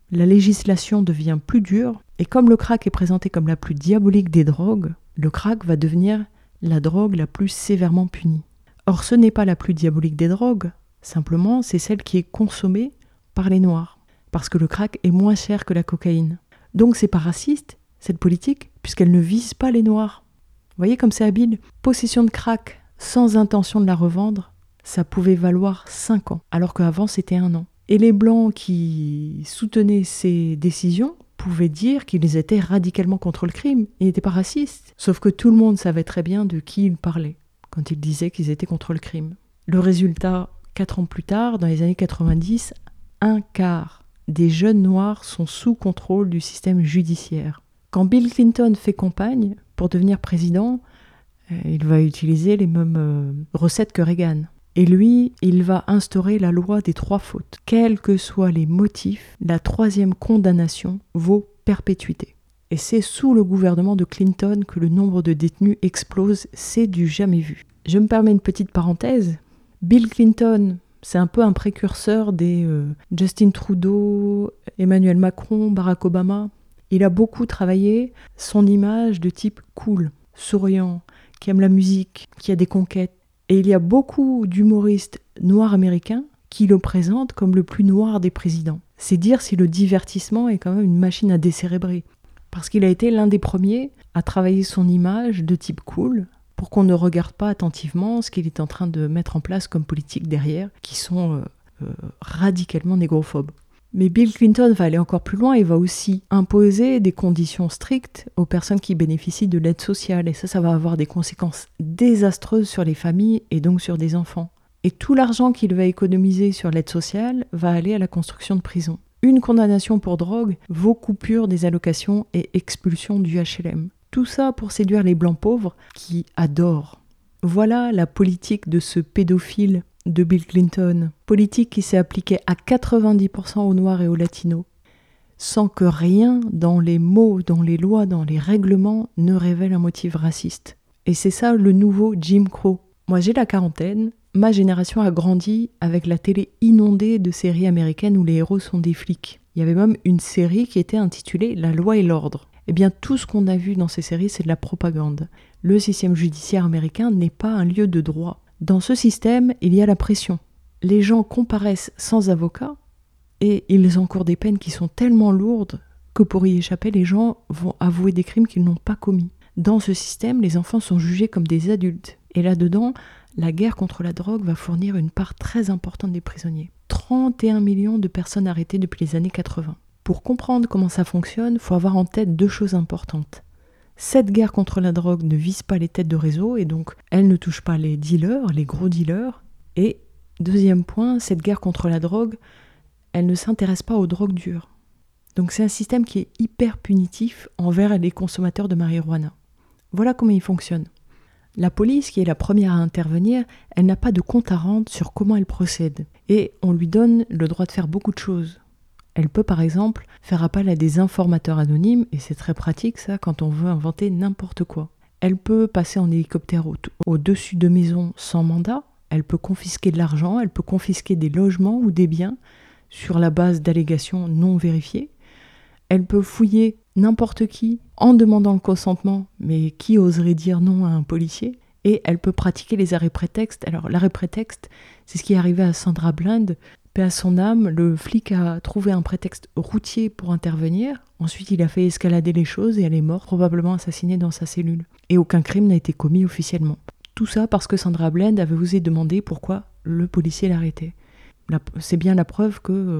la législation devient plus dure, et comme le crack est présenté comme la plus diabolique des drogues, le crack va devenir la drogue la plus sévèrement punie. Or, ce n'est pas la plus diabolique des drogues, simplement c'est celle qui est consommée par les Noirs, parce que le crack est moins cher que la cocaïne. Donc c'est pas raciste, cette politique, puisqu'elle ne vise pas les Noirs. Vous voyez comme c'est habile ? Possession de crack sans intention de la revendre, ça pouvait valoir cinq ans, alors qu'avant c'était un an. Et les Blancs qui soutenaient ces décisions pouvaient dire qu'ils étaient radicalement contre le crime et n'étaient pas racistes. Sauf que tout le monde savait très bien de qui ils parlaient quand ils disaient qu'ils étaient contre le crime. Le résultat, quatre ans plus tard, dans les années quatre-vingt-dix, un quart des jeunes noirs sont sous contrôle du système judiciaire. Quand Bill Clinton fait campagne pour devenir président, euh, il va utiliser les mêmes euh, recettes que Reagan. Et lui, il va instaurer la loi des trois fautes. Quels que soient les motifs, la troisième condamnation vaut perpétuité. Et c'est sous le gouvernement de Clinton que le nombre de détenus explose, c'est du jamais vu. Je me permets une petite parenthèse. Bill Clinton, c'est un peu un précurseur des euh, Justin Trudeau, Emmanuel Macron, Barack Obama. Il a beaucoup travaillé son image de type cool, souriant, qui aime la musique, qui a des conquêtes. Et il y a beaucoup d'humoristes noirs américains qui le présentent comme le plus noir des présidents. C'est dire si le divertissement est quand même une machine à décérébrer. Parce qu'il a été l'un des premiers à travailler son image de type cool pour qu'on ne regarde pas attentivement ce qu'il est en train de mettre en place comme politique derrière, qui sont euh, euh, radicalement négrophobes. Mais Bill Clinton va aller encore plus loin et va aussi imposer des conditions strictes aux personnes qui bénéficient de l'aide sociale. Et ça, ça va avoir des conséquences désastreuses sur les familles et donc sur des enfants. Et tout l'argent qu'il va économiser sur l'aide sociale va aller à la construction de prisons. Une condamnation pour drogue vaut coupure des allocations et expulsion du H L M. Tout ça pour séduire les blancs pauvres qui adorent. Voilà la politique de ce pédophile de Bill Clinton, politique qui s'est appliquée à quatre-vingt-dix pour cent aux Noirs et aux Latinos, sans que rien dans les mots, dans les lois, dans les règlements ne révèle un motif raciste. Et c'est ça le nouveau Jim Crow. Moi j'ai la quarantaine, ma génération a grandi avec la télé inondée de séries américaines où les héros sont des flics. Il y avait même une série qui était intitulée « La loi et l'ordre ». Eh bien tout ce qu'on a vu dans ces séries, c'est de la propagande. Le système judiciaire américain n'est pas un lieu de droit. Dans ce système, il y a la pression. Les gens comparaissent sans avocat et ils encourent des peines qui sont tellement lourdes que pour y échapper, les gens vont avouer des crimes qu'ils n'ont pas commis. Dans ce système, les enfants sont jugés comme des adultes. Et là-dedans, la guerre contre la drogue va fournir une part très importante des prisonniers. trente et un millions de personnes arrêtées depuis les années quatre-vingts. Pour comprendre comment ça fonctionne, il faut avoir en tête deux choses importantes. Cette guerre contre la drogue ne vise pas les têtes de réseau et donc elle ne touche pas les dealers, les gros dealers. Et deuxième point, cette guerre contre la drogue, elle ne s'intéresse pas aux drogues dures. Donc c'est un système qui est hyper punitif envers les consommateurs de marijuana. Voilà comment il fonctionne. La police, qui est la première à intervenir, elle n'a pas de compte à rendre sur comment elle procède. Et on lui donne le droit de faire beaucoup de choses. Elle peut par exemple faire appel à des informateurs anonymes, et c'est très pratique ça quand on veut inventer n'importe quoi. Elle peut passer en hélicoptère au- au-dessus de maisons sans mandat, elle peut confisquer de l'argent, elle peut confisquer des logements ou des biens sur la base d'allégations non vérifiées. Elle peut fouiller n'importe qui en demandant le consentement, mais qui oserait dire non à un policier ? Et elle peut pratiquer les arrêts prétextes. Alors l'arrêt prétexte, c'est ce qui est arrivé à Sandra Bland. Paix à son âme, le flic a trouvé un prétexte routier pour intervenir. Ensuite, il a fait escalader les choses et elle est morte, probablement assassinée dans sa cellule. Et aucun crime n'a été commis officiellement. Tout ça parce que Sandra Bland avait osé demander pourquoi le policier l'arrêtait. La- c'est bien la preuve que euh,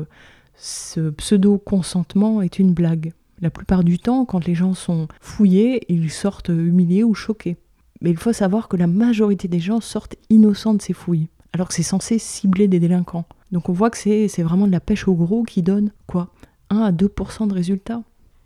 ce pseudo-consentement est une blague. La plupart du temps, quand les gens sont fouillés, ils sortent humiliés ou choqués. Mais il faut savoir que la majorité des gens sortent innocents de ces fouilles, alors que c'est censé cibler des délinquants. Donc on voit que c'est, c'est vraiment de la pêche au gros qui donne, quoi, un à deux pour cent de résultats.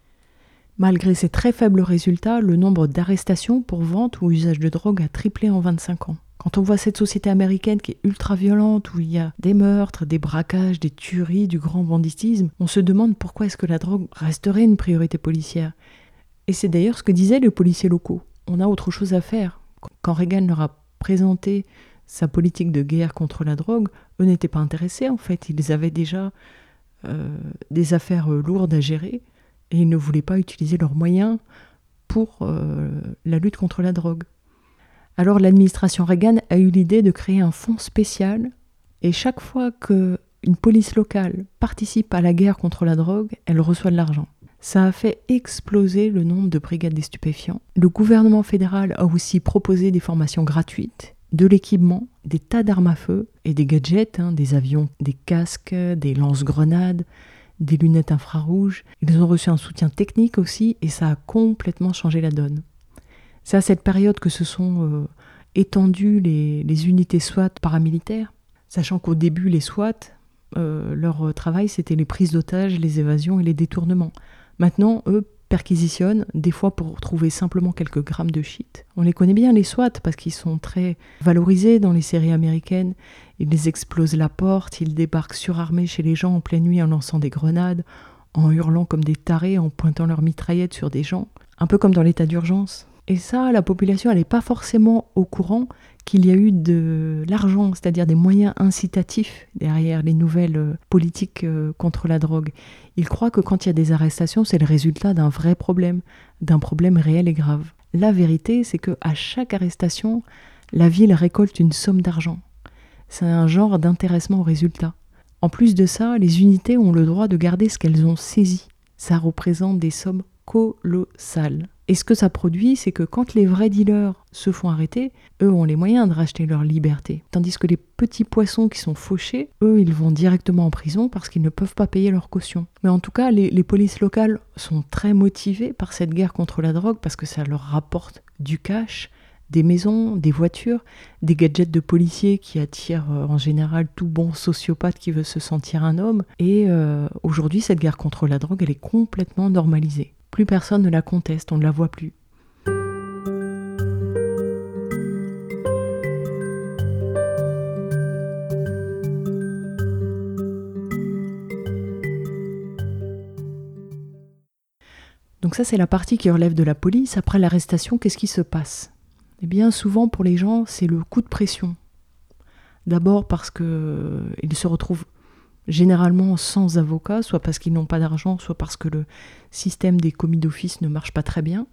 Malgré ces très faibles résultats, le nombre d'arrestations pour vente ou usage de drogue a triplé en vingt-cinq ans. Quand on voit cette société américaine qui est ultra violente, où il y a des meurtres, des braquages, des tueries, du grand banditisme, on se demande pourquoi est-ce que la drogue resterait une priorité policière. Et c'est d'ailleurs ce que disaient les policiers locaux. On a autre chose à faire. Quand Reagan leur a présenté sa politique de guerre contre la drogue, eux n'étaient pas intéressés en fait. Ils avaient déjà euh, des affaires euh, lourdes à gérer et ils ne voulaient pas utiliser leurs moyens pour euh, la lutte contre la drogue. Alors l'administration Reagan a eu l'idée de créer un fonds spécial et chaque fois qu'une police locale participe à la guerre contre la drogue, elle reçoit de l'argent. Ça a fait exploser le nombre de brigades des stupéfiants. Le gouvernement fédéral a aussi proposé des formations gratuites, de l'équipement, des tas d'armes à feu et des gadgets, hein, des avions, des casques, des lance-grenades, des lunettes infrarouges. Ils ont reçu un soutien technique aussi et ça a complètement changé la donne. C'est à cette période que se sont euh, étendues les, les unités SWAT paramilitaires, sachant qu'au début, les SWAT, euh, leur travail, c'était les prises d'otages, les évasions et les détournements. Maintenant, eux perquisitionnent, des fois pour trouver simplement quelques grammes de shit. On les connaît bien, les SWAT, parce qu'ils sont très valorisés dans les séries américaines. Ils explosent la porte, ils débarquent surarmés chez les gens en pleine nuit en lançant des grenades, en hurlant comme des tarés, en pointant leurs mitraillettes sur des gens. Un peu comme dans l'état d'urgence. Et ça, la population, elle n'est pas forcément au courant qu'il y a eu de l'argent, c'est-à-dire des moyens incitatifs derrière les nouvelles politiques contre la drogue. Ils croient que quand il y a des arrestations, c'est le résultat d'un vrai problème, d'un problème réel et grave. La vérité, c'est qu'à chaque arrestation, la ville récolte une somme d'argent. C'est un genre d'intéressement au résultat. En plus de ça, les unités ont le droit de garder ce qu'elles ont saisi. Ça représente des sommes colossales. Et ce que ça produit, c'est que quand les vrais dealers se font arrêter, eux ont les moyens de racheter leur liberté. Tandis que les petits poissons qui sont fauchés, eux, ils vont directement en prison parce qu'ils ne peuvent pas payer leur caution. Mais en tout cas, les, les polices locales sont très motivées par cette guerre contre la drogue parce que ça leur rapporte du cash, des maisons, des voitures, des gadgets de policiers qui attirent euh, en général tout bon sociopathe qui veut se sentir un homme. Et euh, aujourd'hui, cette guerre contre la drogue, elle est complètement normalisée. Plus personne ne la conteste, on ne la voit plus. Donc ça, c'est la partie qui relève de la police. Après l'arrestation, qu'est-ce qui se passe ? Eh bien, souvent, pour les gens, c'est le coup de pression. D'abord parce qu'ils se retrouvent généralement sans avocat, soit parce qu'ils n'ont pas d'argent, soit parce que le système des commis d'office ne marche pas très bien.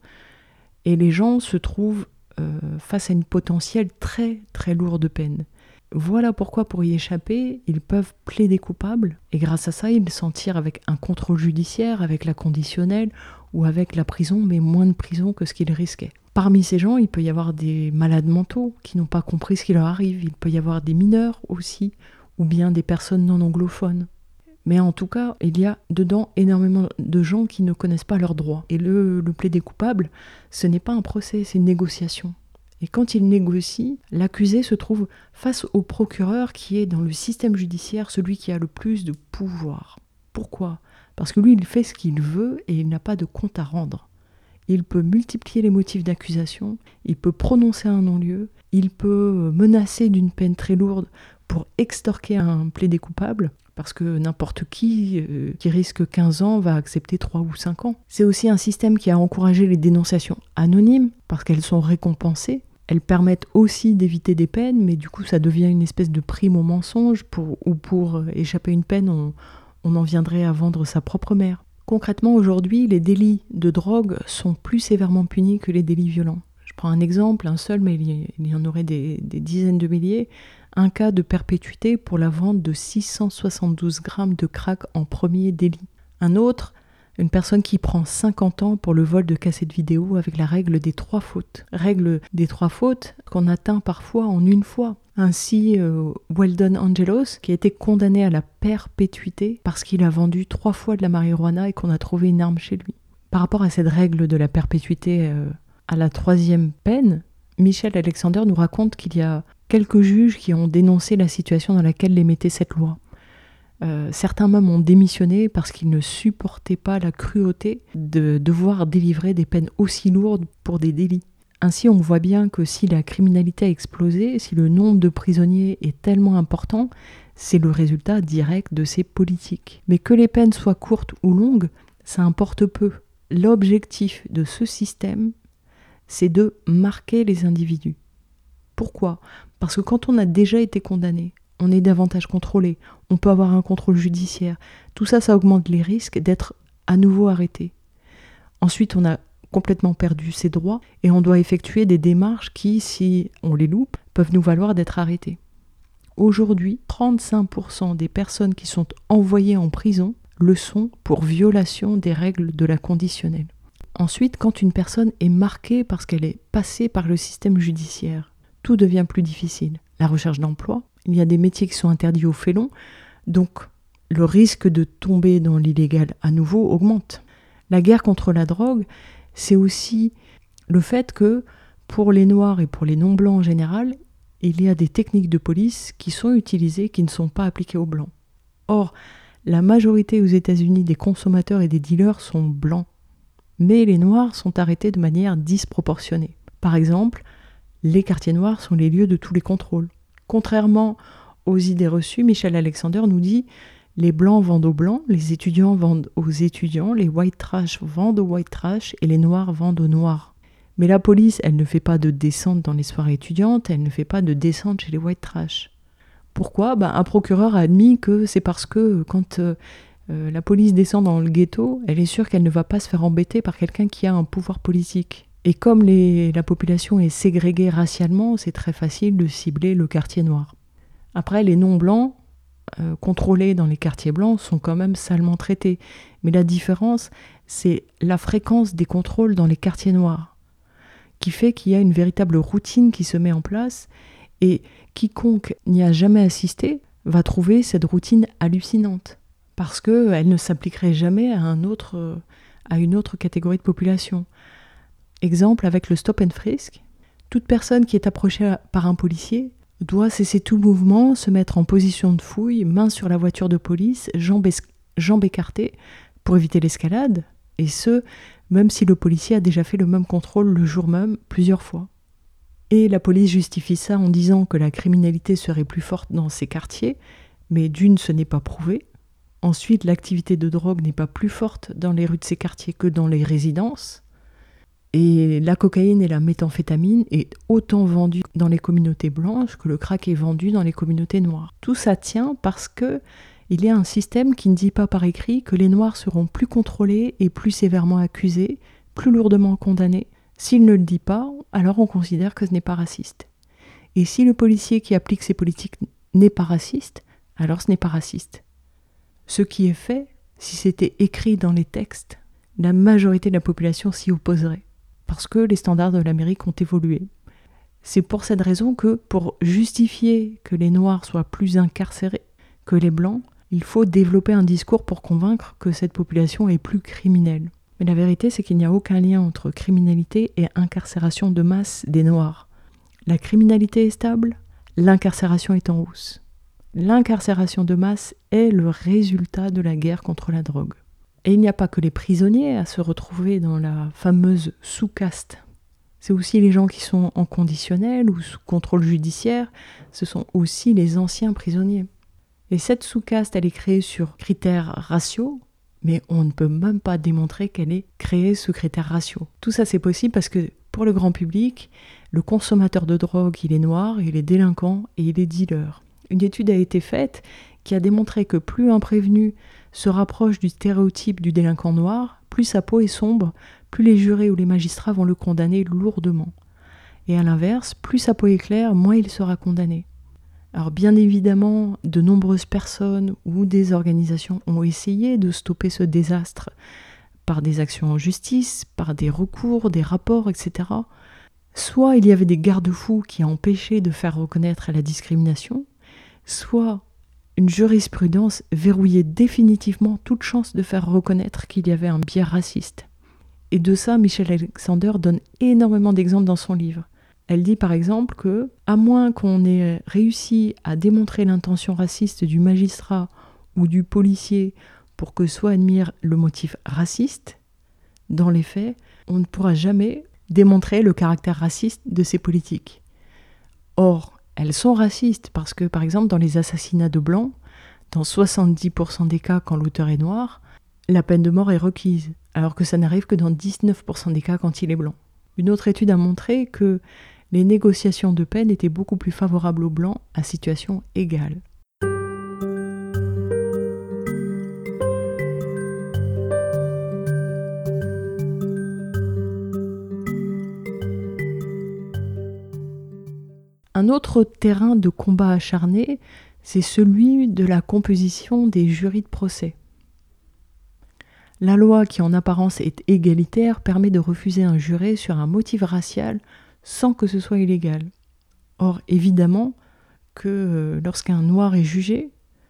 Et les gens se trouvent euh, face à une potentielle très très lourde peine. Voilà pourquoi, pour y échapper, ils peuvent plaider coupables, et grâce à ça, ils s'en tirent avec un contrôle judiciaire, avec la conditionnelle, ou avec la prison, mais moins de prison que ce qu'ils risquaient. Parmi ces gens, il peut y avoir des malades mentaux qui n'ont pas compris ce qui leur arrive, il peut y avoir des mineurs aussi, ou bien des personnes non anglophones. Mais en tout cas, il y a dedans énormément de gens qui ne connaissent pas leurs droits. Et le, le plaider coupable, ce n'est pas un procès, c'est une négociation. Et quand il négocie, l'accusé se trouve face au procureur qui est dans le système judiciaire celui qui a le plus de pouvoir. Pourquoi ? Parce que lui, il fait ce qu'il veut et il n'a pas de compte à rendre. Il peut multiplier les motifs d'accusation, il peut prononcer un non-lieu, il peut menacer d'une peine très lourde pour extorquer un plaidé coupable, parce que n'importe qui euh, qui risque quinze ans va accepter trois ou cinq ans. C'est aussi un système qui a encouragé les dénonciations anonymes, parce qu'elles sont récompensées. Elles permettent aussi d'éviter des peines, mais du coup ça devient une espèce de prime au mensonge, pour, ou pour échapper à une peine, on, on en viendrait à vendre sa propre mère. Concrètement, aujourd'hui, les délits de drogue sont plus sévèrement punis que les délits violents. Je prends un exemple, un seul, mais il y en aurait des, des dizaines de milliers. Un cas de perpétuité pour la vente de six cent soixante-douze grammes de crack en premier délit. Un autre, une personne qui prend cinquante ans pour le vol de cassettes vidéo avec la règle des trois fautes. Règle des trois fautes qu'on atteint parfois en une fois. Ainsi, euh, Weldon Angelos, qui a été condamné à la perpétuité parce qu'il a vendu trois fois de la marijuana et qu'on a trouvé une arme chez lui. Par rapport à cette règle de la perpétuité euh, à la troisième peine, Michel Alexander nous raconte qu'il y a quelques juges qui ont dénoncé la situation dans laquelle les mettait cette loi. Euh, certains même ont démissionné parce qu'ils ne supportaient pas la cruauté de devoir délivrer des peines aussi lourdes pour des délits. Ainsi, on voit bien que si la criminalité a explosé, si le nombre de prisonniers est tellement important, c'est le résultat direct de ces politiques. Mais que les peines soient courtes ou longues, ça importe peu. L'objectif de ce système, c'est de marquer les individus. Pourquoi ? Parce que quand on a déjà été condamné, on est davantage contrôlé, on peut avoir un contrôle judiciaire. Tout ça, ça augmente les risques d'être à nouveau arrêté. Ensuite, on a complètement perdu ses droits et on doit effectuer des démarches qui, si on les loupe, peuvent nous valoir d'être arrêtés. Aujourd'hui, trente-cinq pour cent des personnes qui sont envoyées en prison le sont pour violation des règles de la conditionnelle. Ensuite, quand une personne est marquée parce qu'elle est passée par le système judiciaire, tout devient plus difficile. La recherche d'emploi, il y a des métiers qui sont interdits aux félons, donc le risque de tomber dans l'illégal à nouveau augmente. La guerre contre la drogue, c'est aussi le fait que pour les Noirs et pour les non-blancs en général, il y a des techniques de police qui sont utilisées qui ne sont pas appliquées aux blancs. Or, la majorité aux États-Unis des consommateurs et des dealers sont blancs, mais les Noirs sont arrêtés de manière disproportionnée. Par exemple, les quartiers noirs sont les lieux de tous les contrôles. Contrairement aux idées reçues, Michel Alexander nous dit « Les blancs vendent aux blancs, les étudiants vendent aux étudiants, les white trash vendent aux white trash et les noirs vendent aux noirs. » Mais la police, elle ne fait pas de descente dans les soirées étudiantes, elle ne fait pas de descente chez les white trash. Pourquoi ? Ben, un procureur a admis que c'est parce que quand euh, euh, la police descend dans le ghetto, elle est sûre qu'elle ne va pas se faire embêter par quelqu'un qui a un pouvoir politique. Et comme les, la population est ségrégée racialement, c'est très facile de cibler le quartier noir. Après, les non-blancs, euh, contrôlés dans les quartiers blancs, sont quand même salement traités. Mais la différence, c'est la fréquence des contrôles dans les quartiers noirs, qui fait qu'il y a une véritable routine qui se met en place, et quiconque n'y a jamais assisté va trouver cette routine hallucinante, parce qu'elle ne s'appliquerait jamais à, un autre, à une autre catégorie de population. Exemple avec le stop and frisk, toute personne qui est approchée par un policier doit cesser tout mouvement, se mettre en position de fouille, main sur la voiture de police, jambes, es- jambes écartées pour éviter l'escalade, et ce, même si le policier a déjà fait le même contrôle le jour même plusieurs fois. Et la police justifie ça en disant que la criminalité serait plus forte dans ces quartiers, mais d'une, ce n'est pas prouvé. Ensuite, l'activité de drogue n'est pas plus forte dans les rues de ces quartiers que dans les résidences. Et la cocaïne et la méthamphétamine est autant vendue dans les communautés blanches que le crack est vendu dans les communautés noires. Tout ça tient parce que il y a un système qui ne dit pas par écrit que les Noirs seront plus contrôlés et plus sévèrement accusés, plus lourdement condamnés. S'il ne le dit pas, alors on considère que ce n'est pas raciste. Et si le policier qui applique ces politiques n'est pas raciste, alors ce n'est pas raciste. Ce qui est fait, si c'était écrit dans les textes, la majorité de la population s'y opposerait, parce que les standards de l'Amérique ont évolué. C'est pour cette raison que, pour justifier que les Noirs soient plus incarcérés que les Blancs, il faut développer un discours pour convaincre que cette population est plus criminelle. Mais la vérité, c'est qu'il n'y a aucun lien entre criminalité et incarcération de masse des Noirs. La criminalité est stable, l'incarcération est en hausse. L'incarcération de masse est le résultat de la guerre contre la drogue. Et il n'y a pas que les prisonniers à se retrouver dans la fameuse sous-caste. C'est aussi les gens qui sont en conditionnel ou sous contrôle judiciaire, ce sont aussi les anciens prisonniers. Et cette sous-caste, elle est créée sur critères raciaux, mais on ne peut même pas démontrer qu'elle est créée sous critères raciaux. Tout ça, c'est possible parce que pour le grand public, le consommateur de drogue, il est noir, il est délinquant et il est dealer. Une étude a été faite qui a démontré que plus un prévenu se rapproche du stéréotype du délinquant noir, plus sa peau est sombre, plus les jurés ou les magistrats vont le condamner lourdement. Et à l'inverse, plus sa peau est claire, moins il sera condamné. Alors bien évidemment, de nombreuses personnes ou des organisations ont essayé de stopper ce désastre par des actions en justice, par des recours, des rapports, et cetera. Soit il y avait des garde-fous qui empêchaient de faire reconnaître la discrimination, soit une jurisprudence verrouillait définitivement toute chance de faire reconnaître qu'il y avait un biais raciste. Et de ça, Michel Alexander donne énormément d'exemples dans son livre. Elle dit par exemple que, à moins qu'on ait réussi à démontrer l'intention raciste du magistrat ou du policier pour que soit admis le motif raciste, dans les faits, on ne pourra jamais démontrer le caractère raciste de ces politiques. Or, elles sont racistes parce que, par exemple, dans les assassinats de blancs, dans soixante-dix pour cent des cas quand l'auteur est noir, la peine de mort est requise, alors que ça n'arrive que dans dix-neuf pour cent des cas quand il est blanc. Une autre étude a montré que les négociations de peine étaient beaucoup plus favorables aux Blancs à situation égale. Un autre terrain de combat acharné, c'est celui de la composition des jurys de procès. La loi, qui en apparence est égalitaire, permet de refuser un juré sur un motif racial sans que ce soit illégal. Or, évidemment, que lorsqu'un noir est jugé,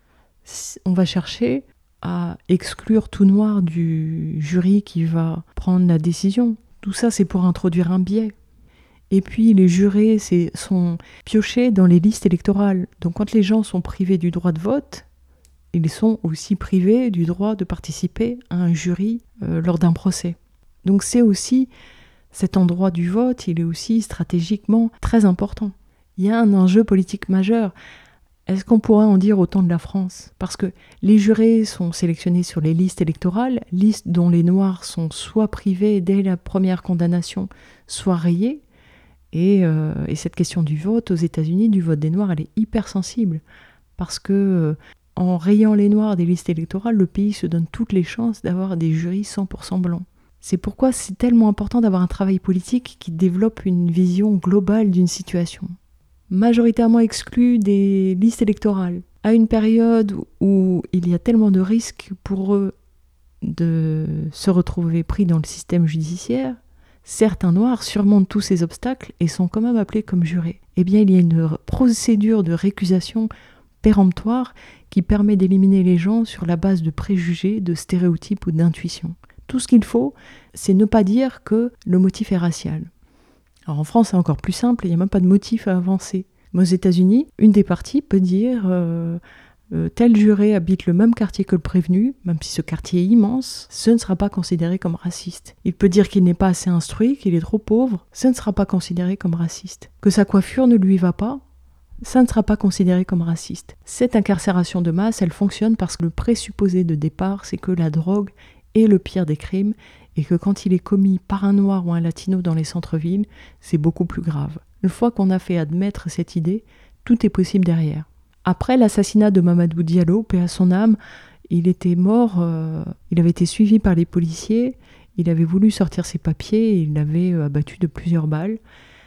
on va chercher à exclure tout noir du jury qui va prendre la décision. Tout ça, c'est pour introduire un biais. Et puis les jurés c'est, sont piochés dans les listes électorales. Donc quand les gens sont privés du droit de vote, ils sont aussi privés du droit de participer à un jury euh, lors d'un procès. Donc c'est aussi, cet endroit du vote, il est aussi stratégiquement très important. Il y a un enjeu politique majeur. Est-ce qu'on pourrait en dire autant de la France ? Parce que les jurés sont sélectionnés sur les listes électorales, listes dont les Noirs sont soit privés dès la première condamnation, soit rayés. Et, euh, et cette question du vote aux États-Unis, du vote des Noirs, elle est hyper sensible. Parce que euh, en rayant les Noirs des listes électorales, le pays se donne toutes les chances d'avoir des jurys cent pour cent blancs. C'est pourquoi c'est tellement important d'avoir un travail politique qui développe une vision globale d'une situation. Majoritairement exclus des listes électorales, à une période où il y a tellement de risques pour eux de se retrouver pris dans le système judiciaire, certains Noirs surmontent tous ces obstacles et sont quand même appelés comme jurés. Eh bien, il y a une procédure de récusation péremptoire qui permet d'éliminer les gens sur la base de préjugés, de stéréotypes ou d'intuitions. Tout ce qu'il faut, c'est ne pas dire que le motif est racial. Alors en France, c'est encore plus simple, il n'y a même pas de motif à avancer. Mais aux États-Unis, une des parties peut dire euh, euh, tel juré habite le même quartier que le prévenu, même si ce quartier est immense, ce ne sera pas considéré comme raciste. Il peut dire qu'il n'est pas assez instruit, qu'il est trop pauvre, ce ne sera pas considéré comme raciste. Que sa coiffure ne lui va pas, ça ne sera pas considéré comme raciste. Cette incarcération de masse, elle fonctionne parce que le présupposé de départ, c'est que la drogue est le pire des crimes et que quand il est commis par un noir ou un latino dans les centres-villes, c'est beaucoup plus grave. Une fois qu'on a fait admettre cette idée, tout est possible derrière. Après l'assassinat de Mamadou Diallo, paix à son âme, il était mort, euh, il avait été suivi par les policiers, il avait voulu sortir ses papiers et il l'avait euh, abattu de plusieurs balles.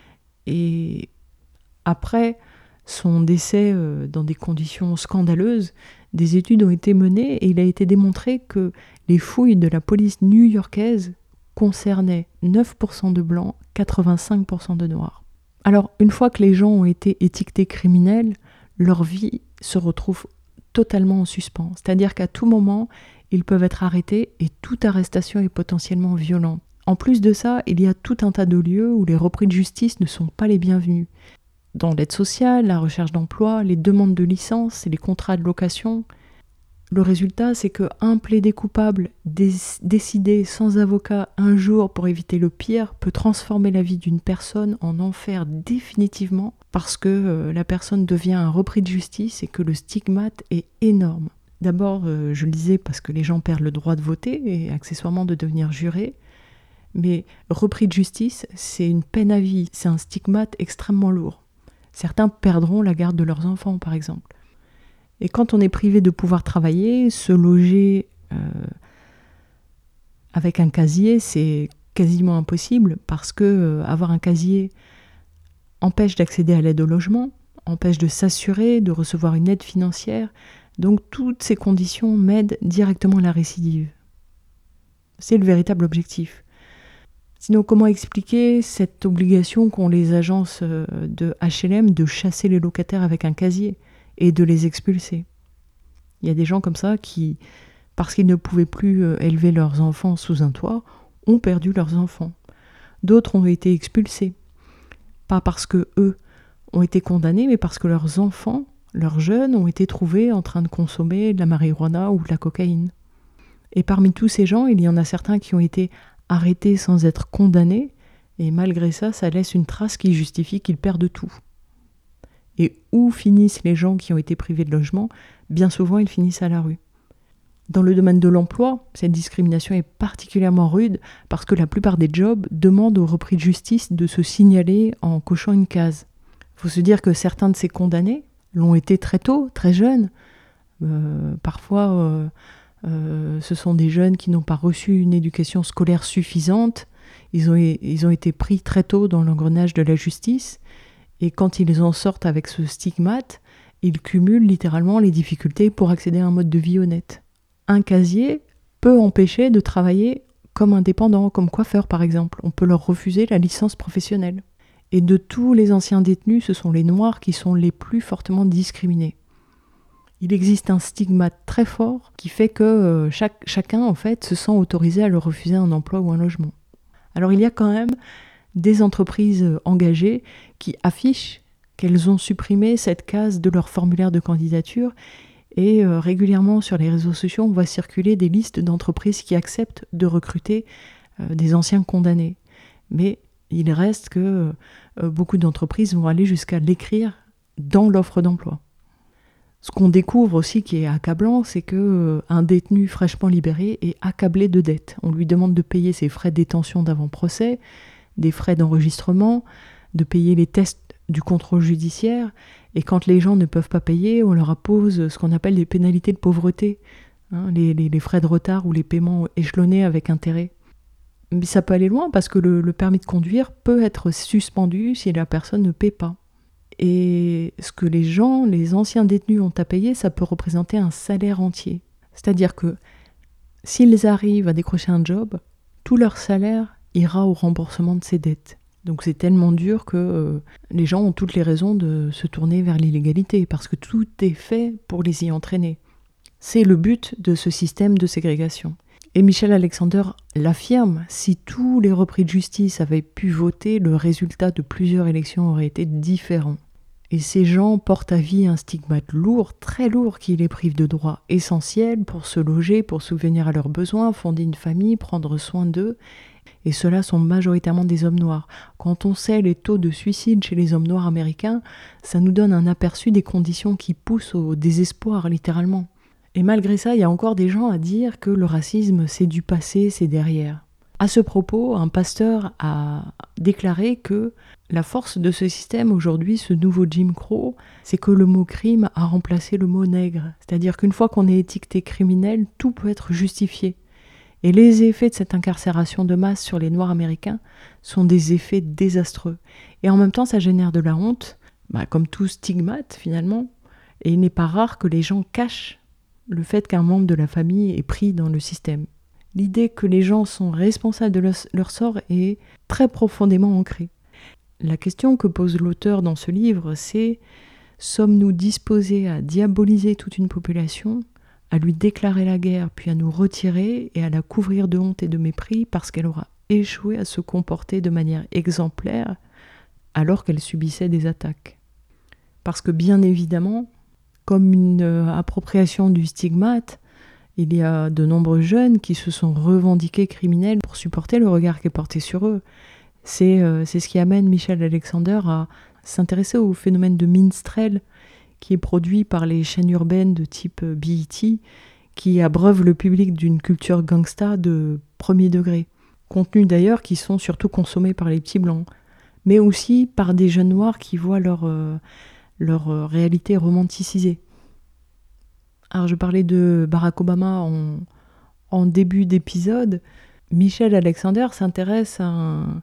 Et après son décès euh, dans des conditions scandaleuses, des études ont été menées et il a été démontré que les fouilles de la police new-yorkaise concernaient neuf pour cent de blancs, quatre-vingt-cinq pour cent de noirs. Alors, une fois que les gens ont été étiquetés criminels, leur vie se retrouve totalement en suspens. C'est-à-dire qu'à tout moment, ils peuvent être arrêtés et toute arrestation est potentiellement violente. En plus de ça, il y a tout un tas de lieux où les repris de justice ne sont pas les bienvenus. Dans l'aide sociale, la recherche d'emploi, les demandes de licence et les contrats de location. Le résultat, c'est qu'un plaidé coupable dé- décidé sans avocat un jour pour éviter le pire peut transformer la vie d'une personne en enfer définitivement parce que euh, la personne devient un repris de justice et que le stigmate est énorme. D'abord, euh, je le disais parce que les gens perdent le droit de voter et accessoirement de devenir jurés. Mais repris de justice, c'est une peine à vie, c'est un stigmate extrêmement lourd. Certains perdront la garde de leurs enfants, par exemple. Et quand on est privé de pouvoir travailler, se loger euh, avec un casier, c'est quasiment impossible parce que euh, avoir un casier empêche d'accéder à l'aide au logement, empêche de s'assurer, de recevoir une aide financière. Donc toutes ces conditions m'aident directement à la récidive. C'est le véritable objectif. Sinon, comment expliquer cette obligation qu'ont les agences de H L M de chasser les locataires avec un casier et de les expulser ? Il y a des gens comme ça qui, parce qu'ils ne pouvaient plus élever leurs enfants sous un toit, ont perdu leurs enfants. D'autres ont été expulsés. Pas parce que eux ont été condamnés, mais parce que leurs enfants, leurs jeunes, ont été trouvés en train de consommer de la marijuana ou de la cocaïne. Et parmi tous ces gens, il y en a certains qui ont été arrêtés sans être condamnés, et malgré ça, ça laisse une trace qui justifie qu'ils perdent tout. Et où finissent les gens qui ont été privés de logement ? Bien souvent, ils finissent à la rue. Dans le domaine de l'emploi, cette discrimination est particulièrement rude parce que la plupart des jobs demandent aux repris de justice de se signaler en cochant une case. Il faut se dire que certains de ces condamnés l'ont été très tôt, très jeunes. Euh, parfois, euh, euh, ce sont des jeunes qui n'ont pas reçu une éducation scolaire suffisante. Ils ont, ils ont été pris très tôt dans l'engrenage de la justice. Et quand ils en sortent avec ce stigmate, ils cumulent littéralement les difficultés pour accéder à un mode de vie honnête. Un casier peut empêcher de travailler comme indépendant, comme coiffeur par exemple. On peut leur refuser la licence professionnelle. Et de tous les anciens détenus, ce sont les Noirs qui sont les plus fortement discriminés. Il existe un stigmate très fort qui fait que euh, chaque, chacun en fait se sent autorisé à leur refuser un emploi ou un logement. Alors il y a quand même des entreprises engagées qui affichent qu'elles ont supprimé cette case de leur formulaire de candidature. Et euh, régulièrement sur les réseaux sociaux, on voit circuler des listes d'entreprises qui acceptent de recruter euh, des anciens condamnés. Mais il reste que euh, beaucoup d'entreprises vont aller jusqu'à l'écrire dans l'offre d'emploi. Ce qu'on découvre aussi qui est accablant, c'est qu'un euh, détenu fraîchement libéré est accablé de dettes. On lui demande de payer ses frais de détention d'avant-procès, des frais d'enregistrement, de payer les tests du contrôle judiciaire, et quand les gens ne peuvent pas payer, on leur impose ce qu'on appelle les pénalités de pauvreté, hein, les, les, les frais de retard ou les paiements échelonnés avec intérêt. Mais ça peut aller loin parce que le, le permis de conduire peut être suspendu si la personne ne paie pas. Et ce que les gens, les anciens détenus ont à payer, ça peut représenter un salaire entier. C'est-à-dire que s'ils arrivent à décrocher un job, tout leur salaire ira au remboursement de ces dettes. Donc c'est tellement dur que euh, les gens ont toutes les raisons de se tourner vers l'illégalité, parce que tout est fait pour les y entraîner. C'est le but de ce système de ségrégation. Et Michel Alexander l'affirme, si tous les repris de justice avaient pu voter, le résultat de plusieurs élections aurait été différent. Et ces gens portent à vie un stigmate lourd, très lourd, qui les prive de droits essentiels pour se loger, pour subvenir à leurs besoins, fonder une famille, prendre soin d'eux. Et ceux-là sont majoritairement des hommes noirs. Quand on sait les taux de suicide chez les hommes noirs américains, ça nous donne un aperçu des conditions qui poussent au désespoir, littéralement. Et malgré ça, il y a encore des gens à dire que le racisme, c'est du passé, c'est derrière. À ce propos, un pasteur a déclaré que la force de ce système aujourd'hui, ce nouveau Jim Crow, c'est que le mot crime a remplacé le mot nègre. C'est-à-dire qu'une fois qu'on est étiqueté criminel, tout peut être justifié. Et les effets de cette incarcération de masse sur les Noirs américains sont des effets désastreux. Et en même temps, ça génère de la honte, bah, comme tout stigmate finalement. Et il n'est pas rare que les gens cachent le fait qu'un membre de la famille est pris dans le système. L'idée que les gens sont responsables de leur, leur sort est très profondément ancrée. La question que pose l'auteur dans ce livre, c'est « Sommes-nous disposés à diaboliser toute une population ?» à lui déclarer la guerre, puis à nous retirer et à la couvrir de honte et de mépris parce qu'elle aura échoué à se comporter de manière exemplaire alors qu'elle subissait des attaques. Parce que bien évidemment, comme une appropriation du stigmate, il y a de nombreux jeunes qui se sont revendiqués criminels pour supporter le regard qui est porté sur eux. C'est, euh, c'est ce qui amène Michel Alexander à s'intéresser au phénomène de minstrel, qui est produit par les chaînes urbaines de type B E T, qui abreuvent le public d'une culture gangsta de premier degré. Contenus d'ailleurs qui sont surtout consommés par les petits blancs, mais aussi par des jeunes noirs qui voient leur, euh, leur euh, réalité romanticisée. Alors je parlais de Barack Obama en, en début d'épisode. Michel Alexander s'intéresse à un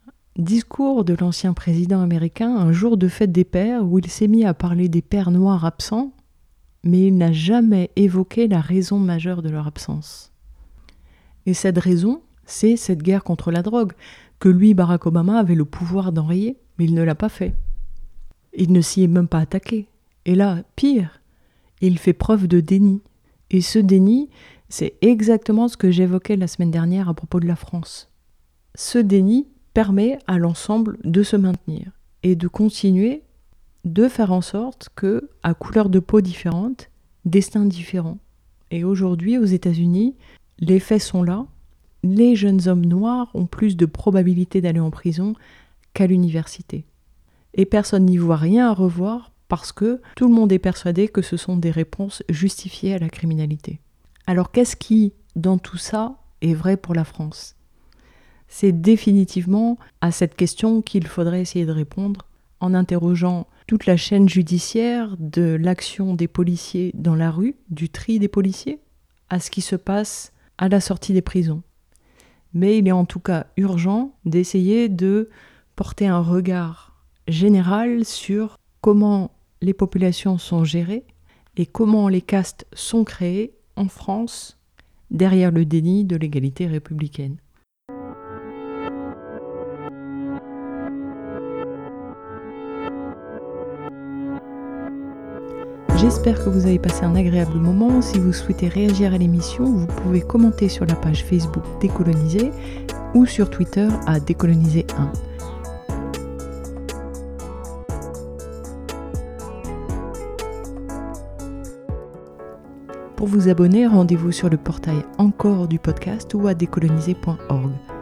discours de l'ancien président américain un jour de fête des pères où il s'est mis à parler des pères noirs absents, mais il n'a jamais évoqué la raison majeure de leur absence. Et cette raison, c'est cette guerre contre la drogue, que lui, Barack Obama, avait le pouvoir d'enrayer, mais il ne l'a pas fait. Il ne s'y est même pas attaqué. Et là, pire, il fait preuve de déni. Et ce déni, c'est exactement ce que j'évoquais la semaine dernière à propos de la France. Ce déni permet à l'ensemble de se maintenir et de continuer de faire en sorte que, à couleur de peau différente, destin différent. Et aujourd'hui, aux États-Unis, les faits sont là. Les jeunes hommes noirs ont plus de probabilité d'aller en prison qu'à l'université. Et personne n'y voit rien à revoir parce que tout le monde est persuadé que ce sont des réponses justifiées à la criminalité. Alors qu'est-ce qui, dans tout ça, est vrai pour la France ? C'est définitivement à cette question qu'il faudrait essayer de répondre en interrogeant toute la chaîne judiciaire de l'action des policiers dans la rue, du tri des policiers, à ce qui se passe à la sortie des prisons. Mais il est en tout cas urgent d'essayer de porter un regard général sur comment les populations sont gérées et comment les castes sont créées en France derrière le déni de l'égalité républicaine. J'espère que vous avez passé un agréable moment. Si vous souhaitez réagir à l'émission, vous pouvez commenter sur la page Facebook Décoloniser ou sur Twitter à Décoloniser un. Pour vous abonner, rendez-vous sur le portail Encore du podcast ou à décoloniser point org.